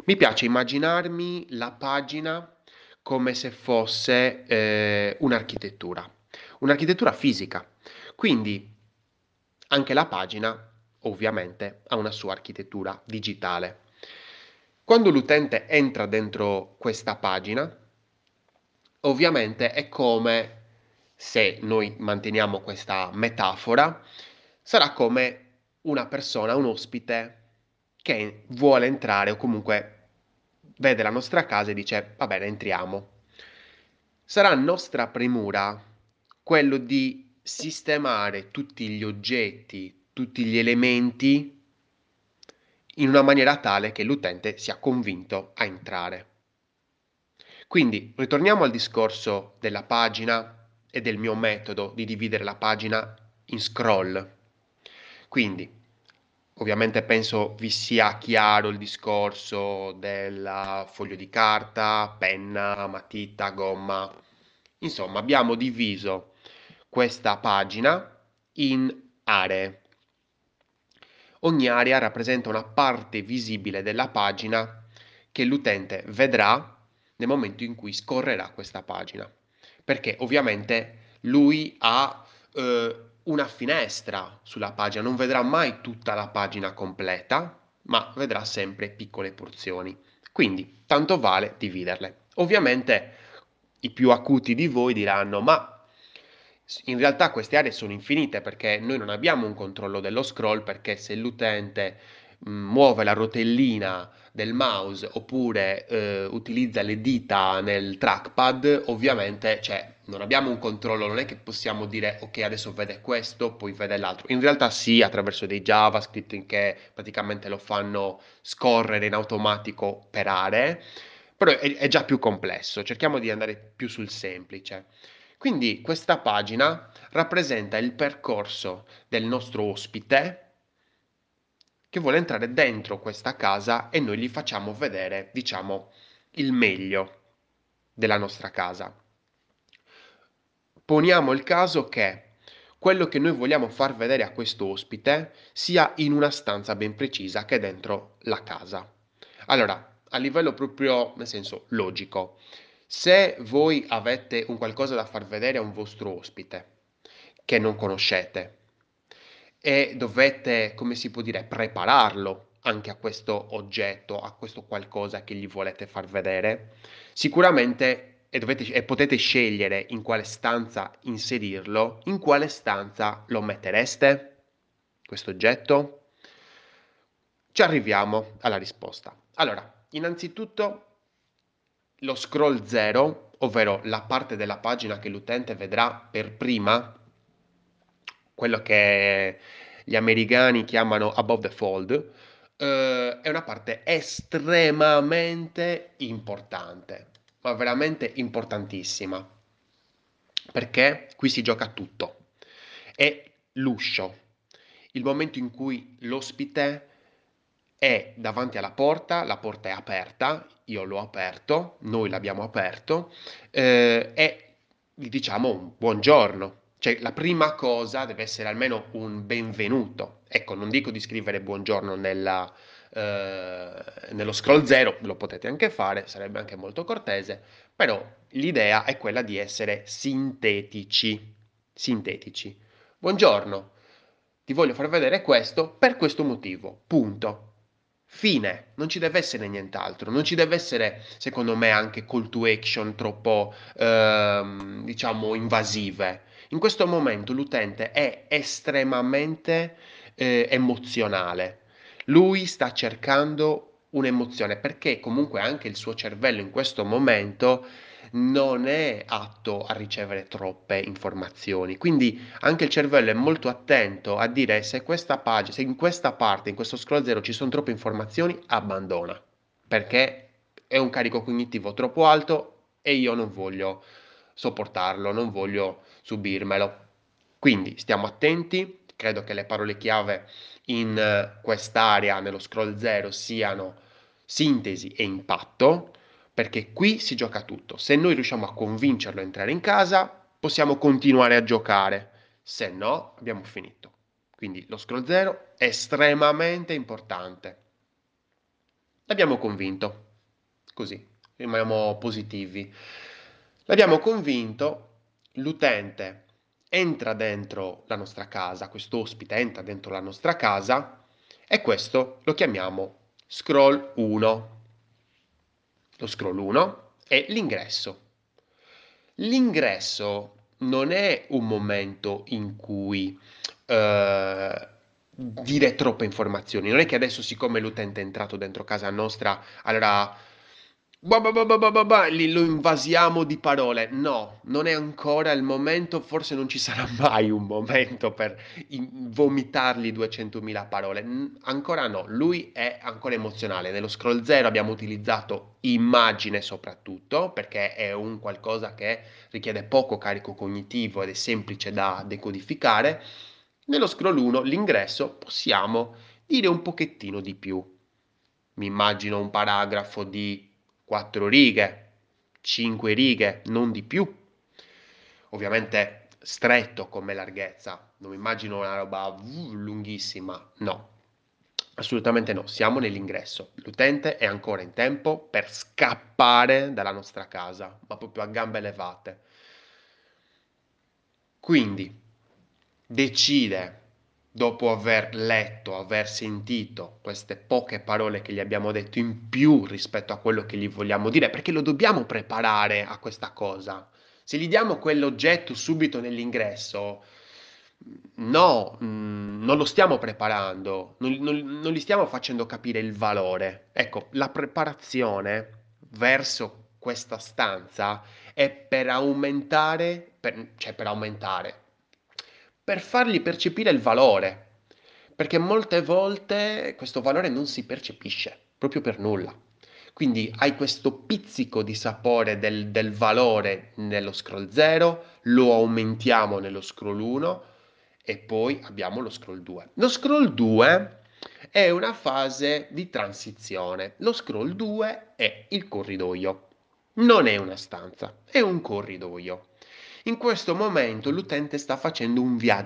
Mi piace immaginarmi la pagina come se fosse, un'architettura fisica. Quindi anche la pagina, ovviamente, ha una sua architettura digitale. Quando l'utente entra dentro questa pagina, ovviamente è come se noi manteniamo questa metafora, sarà come una persona, un ospite che vuole entrare o comunque vede la nostra casa e dice va bene, entriamo. Sarà nostra premura quello di sistemare tutti gli oggetti, tutti gli elementi in una maniera tale che l'utente sia convinto a entrare. Quindi ritorniamo al discorso della pagina e del mio metodo di dividere la pagina in scroll. Quindi, ovviamente penso vi sia chiaro il discorso del foglio di carta, penna, matita, gomma. Insomma, abbiamo diviso questa pagina in aree. Ogni area rappresenta una parte visibile della pagina che l'utente vedrà nel momento in cui scorrerà questa pagina, perché ovviamente lui ha una finestra sulla pagina, non vedrà mai tutta la pagina completa, ma vedrà sempre piccole porzioni. Quindi tanto vale dividerle. Ovviamente i più acuti di voi diranno, ma in realtà queste aree sono infinite perché noi non abbiamo un controllo dello scroll perché se l'utente muove la rotellina del mouse oppure utilizza le dita nel trackpad, ovviamente cioè, non abbiamo un controllo, non è che possiamo dire ok, adesso vede questo, poi vede l'altro. In realtà sì, attraverso dei JavaScript che praticamente lo fanno scorrere in automatico per aree, però è già più complesso, cerchiamo di andare più sul semplice. Quindi questa pagina rappresenta il percorso del nostro ospite che vuole entrare dentro questa casa e noi gli facciamo vedere, diciamo, il meglio della nostra casa. Poniamo il caso che quello che noi vogliamo far vedere a questo ospite sia in una stanza ben precisa che è dentro la casa. Allora, a livello proprio, nel senso logico, se voi avete un qualcosa da far vedere a un vostro ospite che non conoscete e dovete, come si può dire, prepararlo anche a questo oggetto, a questo qualcosa che gli volete far vedere, sicuramente e potete scegliere in quale stanza inserirlo, in quale stanza lo mettereste, questo oggetto? Ci arriviamo alla risposta. Allora, innanzitutto lo scroll 0, ovvero la parte della pagina che l'utente vedrà per prima, quello che gli americani chiamano above the fold, è una parte estremamente importante, ma veramente importantissima, perché qui si gioca tutto. È l'uscio, il momento in cui l'ospite è davanti alla porta, la porta è aperta, io l'ho aperto, noi l'abbiamo aperto, e gli diciamo un buongiorno. Cioè, la prima cosa deve essere almeno un benvenuto. Ecco, non dico di scrivere buongiorno nello scroll 0, lo potete anche fare, sarebbe anche molto cortese, però l'idea è quella di essere sintetici. Sintetici. Buongiorno, ti voglio far vedere questo per questo motivo. Punto. Fine, non ci deve essere nient'altro, non ci deve essere, secondo me, anche call to action troppo, diciamo, invasive. In questo momento l'utente è estremamente, emozionale. Lui sta cercando un'emozione perché comunque anche il suo cervello in questo momento non è atto a ricevere troppe informazioni. Quindi anche il cervello è molto attento a dire se questa pagina, se in questa parte, in questo scroll zero ci sono troppe informazioni, abbandona, perché è un carico cognitivo troppo alto e io non voglio sopportarlo, non voglio subirmelo. Quindi stiamo attenti, credo che le parole chiave in quest'area, nello scroll zero, siano sintesi e impatto, perché qui si gioca tutto. Se noi riusciamo a convincerlo a entrare in casa, possiamo continuare a giocare, se no abbiamo finito. Quindi lo scroll zero è estremamente importante. L'abbiamo convinto, così, rimaniamo positivi. L'abbiamo convinto, l'utente entra dentro la nostra casa, quest'ospite entra dentro la nostra casa e questo lo chiamiamo scroll 1. Lo scroll 1 è l'ingresso. L'ingresso non è un momento in cui dire troppe informazioni. Non è che adesso, siccome l'utente è entrato dentro casa nostra, allora lo invasiamo di parole. No, non è ancora il momento, forse non ci sarà mai un momento per vomitargli 200.000 parole. Ancora no, lui è ancora emozionale. Nello scroll 0 abbiamo utilizzato immagine soprattutto, perché è un qualcosa che richiede poco carico cognitivo ed è semplice da decodificare. Nello scroll 1, l'ingresso, possiamo dire un pochettino di più. Mi immagino un paragrafo di 4 righe, 5 righe, non di più. Ovviamente stretto come larghezza, non mi immagino una roba lunghissima, no. Assolutamente no, siamo nell'ingresso. L'utente è ancora in tempo per scappare dalla nostra casa, ma proprio a gambe levate. Quindi decide, dopo aver letto, aver sentito queste poche parole che gli abbiamo detto in più rispetto a quello che gli vogliamo dire, perché lo dobbiamo preparare a questa cosa. Se gli diamo quell'oggetto subito nell'ingresso, no, non lo stiamo preparando, non gli stiamo facendo capire il valore. Ecco, la preparazione verso questa stanza è per aumentare, cioè per aumentare, per fargli percepire il valore, perché molte volte questo valore non si percepisce proprio per nulla. Quindi hai questo pizzico di sapore del valore nello scroll 0, lo aumentiamo nello scroll 1 e poi abbiamo lo scroll 2. Lo scroll 2 è una fase di transizione. Lo scroll 2 è il corridoio. Non è una stanza, è un corridoio. In questo momento l'utente sta facendo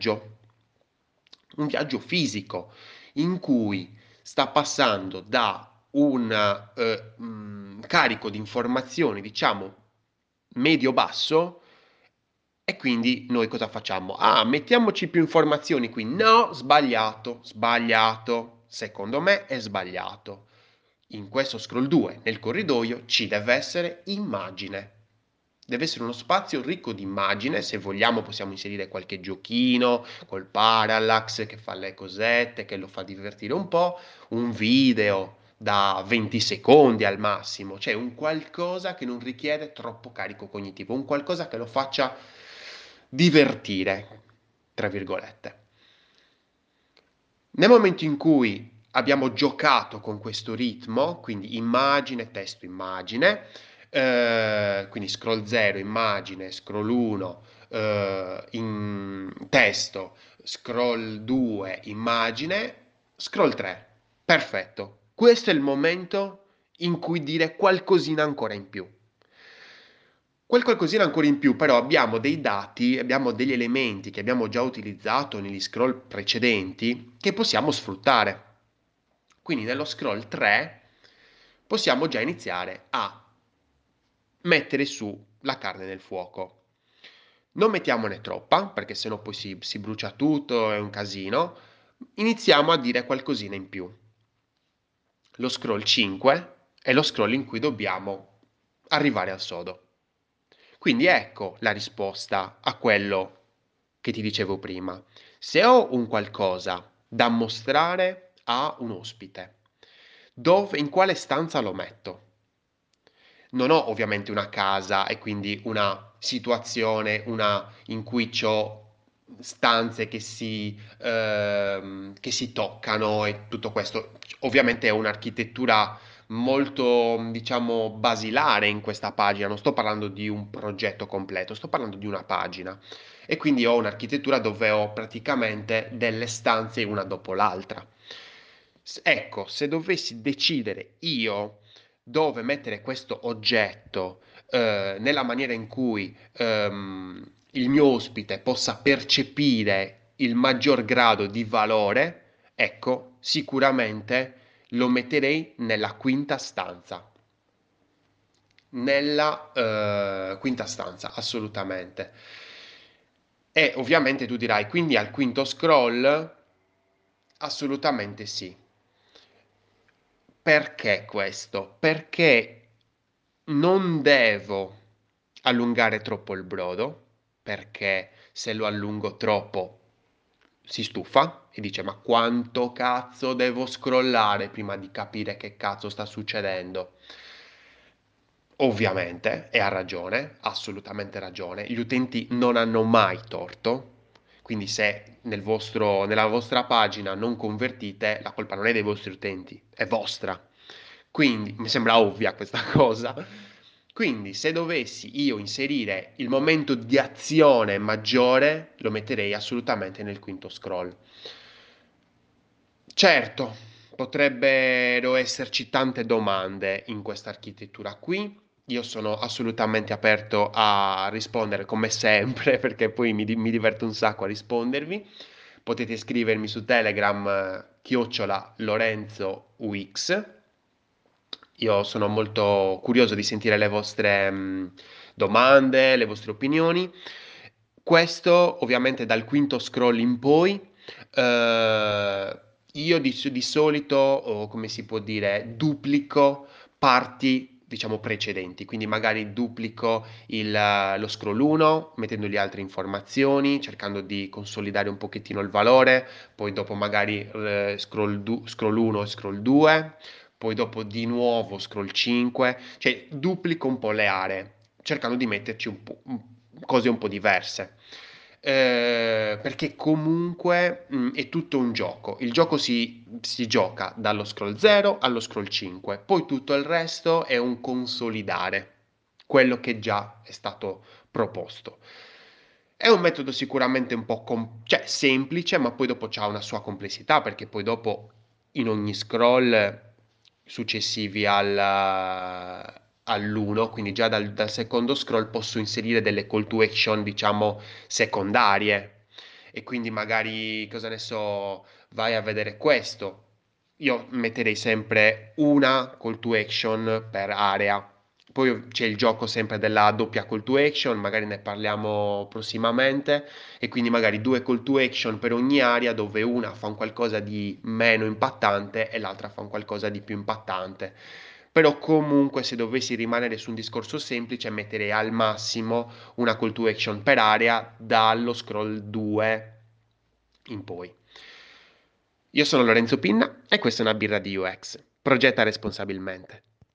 un viaggio fisico in cui sta passando da un carico di informazioni, diciamo, medio-basso, e quindi noi cosa facciamo? Ah, mettiamoci più informazioni qui. No, sbagliato, sbagliato. Secondo me è sbagliato. In questo scroll 2, nel corridoio, ci deve essere immagine. Deve essere uno spazio ricco di immagine. Se vogliamo possiamo inserire qualche giochino col parallax che fa le cosette, che lo fa divertire un po', un video da 20 secondi al massimo, cioè un qualcosa che non richiede troppo carico cognitivo, un qualcosa che lo faccia divertire, tra virgolette. Nel momento in cui abbiamo giocato con questo ritmo, quindi immagine, testo, immagine, quindi scroll 0, immagine, scroll 1, in testo, scroll 2, immagine, scroll 3. Perfetto. Questo è il momento in cui dire qualcosina ancora in più. Quel qualcosina ancora in più, però abbiamo dei dati, abbiamo degli elementi che abbiamo già utilizzato negli scroll precedenti che possiamo sfruttare. Quindi nello scroll 3 possiamo già iniziare a mettere su la carne nel fuoco. Non mettiamone troppa, perché sennò poi si brucia tutto, è un casino. Iniziamo a dire qualcosina in più. Lo scroll 5 è lo scroll in cui dobbiamo arrivare al sodo. Quindi ecco la risposta a quello che ti dicevo prima. Se ho un qualcosa da mostrare a un ospite, dove, in quale stanza lo metto? Non ho ovviamente una casa e quindi una situazione in cui ho stanze che si toccano e tutto questo. Ovviamente è un'architettura molto, diciamo, basilare in questa pagina. Non sto parlando di un progetto completo, sto parlando di una pagina. E quindi ho un'architettura dove ho praticamente delle stanze una dopo l'altra. Ecco, se dovessi decidere io dove mettere questo oggetto nella maniera in cui il mio ospite possa percepire il maggior grado di valore, ecco, sicuramente lo metterei nella quinta stanza. Nella quinta stanza, assolutamente. E ovviamente tu dirai, quindi al quinto scroll? Assolutamente sì. Perché questo? Perché non devo allungare troppo il brodo, perché se lo allungo troppo si stufa e dice: Ma quanto cazzo devo scrollare prima di capire che cazzo sta succedendo? Ovviamente, e ha ragione, assolutamente ragione. Gli utenti non hanno mai torto. Quindi se nella vostra pagina non convertite, la colpa non è dei vostri utenti, è vostra. Quindi mi sembra ovvia questa cosa. Quindi se dovessi io inserire il momento di azione maggiore, lo metterei assolutamente nel quinto scroll. Certo, potrebbero esserci tante domande in questa architettura qui. Io sono assolutamente aperto a rispondere come sempre, perché poi mi diverto un sacco a rispondervi. Potete scrivermi su Telegram, chiocciola Lorenzo UX. Io sono molto curioso di sentire le vostre domande, le vostre opinioni. Questo ovviamente dal quinto scroll in poi. eh, io di solito, come si può dire, duplico parti, diciamo, precedenti. Quindi magari duplico lo scroll 1 mettendogli altre informazioni, cercando di consolidare un pochettino il valore, poi dopo magari scroll 1 e scroll 2, poi dopo di nuovo scroll 5, cioè duplico un po' le aree, cercando di metterci cose un po' diverse. Perché comunque è tutto un gioco. Il gioco si gioca dallo scroll 0 allo scroll 5, poi tutto il resto è un consolidare quello che già è stato proposto. È un metodo sicuramente un po' cioè, semplice, ma poi dopo c'ha una sua complessità, perché poi dopo in ogni scroll successivi all'1, quindi già dal secondo scroll posso inserire delle call to action, diciamo, secondarie. E quindi magari, cosa ne so, vai a vedere questo. Io metterei sempre una call to action per area. Poi c'è il gioco sempre della doppia call to action, magari ne parliamo prossimamente, e quindi magari due call to action per ogni area dove una fa un qualcosa di meno impattante e l'altra fa un qualcosa di più impattante. Però comunque se dovessi rimanere su un discorso semplice metterei al massimo una call to action per area dallo scroll 2 in poi. Io sono Lorenzo Pinna e questa è una birra di UX. Progetta responsabilmente.